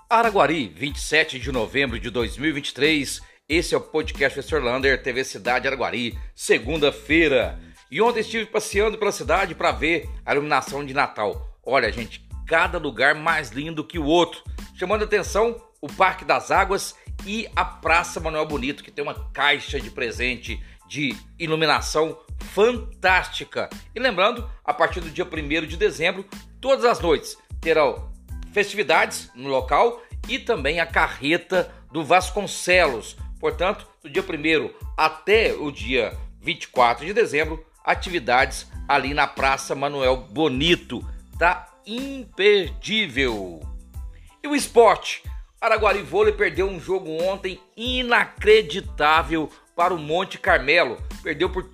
Araguari, 27 de novembro de 2023, esse é o podcast Professor Lander, TV Cidade Araguari, segunda-feira. E ontem estive passeando pela cidade para ver a iluminação de Natal. Olha, gente, cada lugar mais lindo que o outro. Chamando a atenção, o Parque das Águas e a Praça Manuel Bonito, que tem uma caixa de presente de iluminação fantástica. E lembrando, a partir do dia 1º de dezembro, todas as noites terão festividades no local e também a carreta do Vasconcelos. Portanto, do dia 1º até o dia 24 de dezembro, atividades ali na Praça Manuel Bonito. Tá imperdível. E o esporte? Araguari Vôlei perdeu um jogo ontem inacreditável para o Monte Carmelo. Perdeu por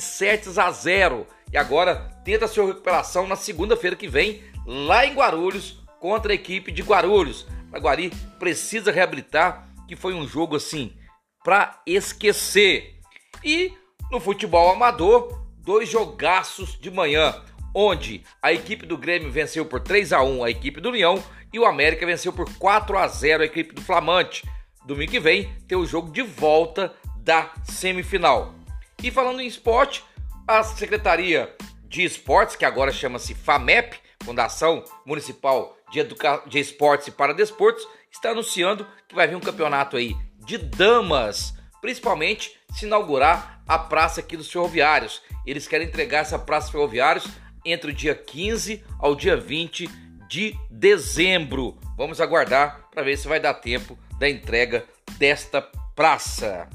3-0 e agora tenta sua recuperação na segunda-feira que vem, lá em Guarulhos, contra a equipe de Guarulhos. Araguari precisa reabilitar, que foi um jogo assim para esquecer. E no futebol amador, 2 jogaços de manhã, onde a equipe do Grêmio venceu por 3-1 a equipe do União e o América venceu por 4-0 a equipe do Flamante. Domingo que vem tem o jogo de volta da semifinal. E falando em esporte, a Secretaria de Esportes, que agora chama-se FAMEP, Fundação Municipal de Esportes e Paradesportos, está anunciando que vai vir um campeonato aí de damas, principalmente se inaugurar a praça aqui dos Ferroviários. Eles querem entregar essa praça dos Ferroviários entre o dia 15 ao dia 20 de dezembro. Vamos aguardar para ver se vai dar tempo da entrega desta praça.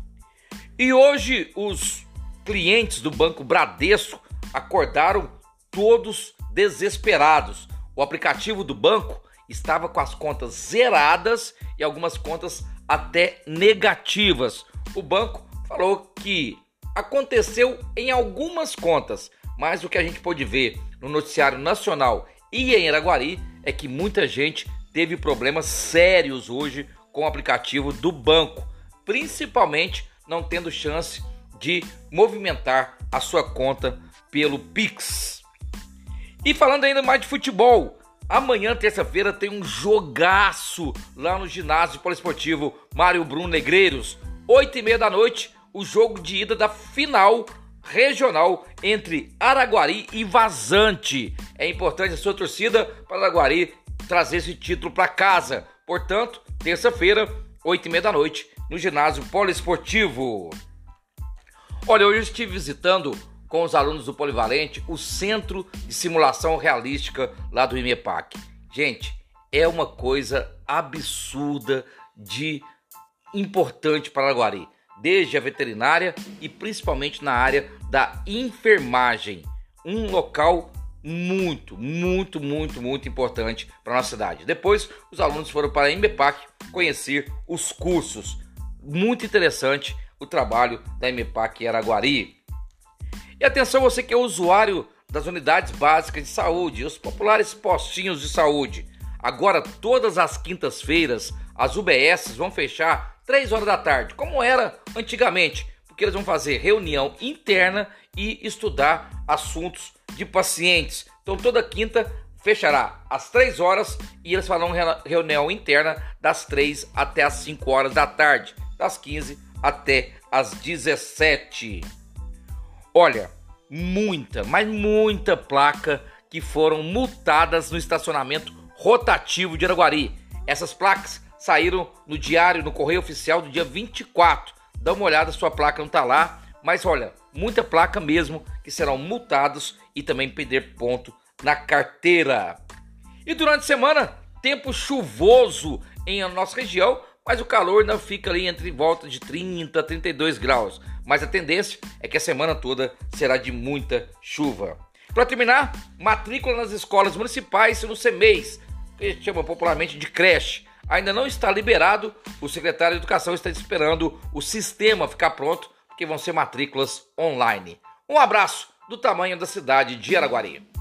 E hoje os clientes do Banco Bradesco acordaram todos desesperados. O aplicativo do banco estava com as contas zeradas e algumas contas até negativas. O banco falou que aconteceu em algumas contas, mas o que a gente pôde ver no noticiário nacional e em Araguari é que muita gente teve problemas sérios hoje com o aplicativo do banco, principalmente não tendo chance de movimentar a sua conta pelo Pix. E falando ainda mais de futebol, amanhã, terça-feira, tem um jogaço lá no ginásio poliesportivo Mário Bruno Negreiros, 8h30 da noite, o jogo de ida da final regional entre Araguari e Vazante. É importante a sua torcida para Araguari trazer esse título para casa. Portanto, terça-feira, 8h30 da noite, no ginásio poliesportivo. Olha, hoje eu estive visitando com os alunos do Polivalente o Centro de Simulação Realística lá do IMEPAC. Gente, é uma coisa absurda de importante para Araguari, desde a veterinária e principalmente na área da enfermagem. Um local muito importante para a nossa cidade. Depois, os alunos foram para a IMEPAC conhecer os cursos. Muito interessante o trabalho da IMEPAC em Araguari. E atenção, você que é usuário das unidades básicas de saúde, os populares postinhos de saúde. Agora, todas as quintas-feiras, as UBSs vão fechar 3 horas da tarde, como era antigamente, porque eles vão fazer reunião interna e estudar assuntos de pacientes. Então, toda quinta fechará às 3 horas e eles farão reunião interna das 3 até as 5 horas da tarde, das 15 até as 17. Olha, muita placa que foram multadas no estacionamento rotativo de Araguari. Essas placas saíram no diário, no Correio Oficial do dia 24. Dá uma olhada, sua placa não está lá, mas olha, muita placa mesmo que serão multados e também perder ponto na carteira. E durante a semana, tempo chuvoso em nossa região, mas o calor ainda fica ali entre volta de 30 a 32 graus. Mas a tendência é que a semana toda será de muita chuva. Para terminar, matrícula nas escolas municipais no CEMEIS, que a gente chama popularmente de creche, ainda não está liberado. O secretário de Educação está esperando o sistema ficar pronto, porque vão ser matrículas online. Um abraço do tamanho da cidade de Araguari.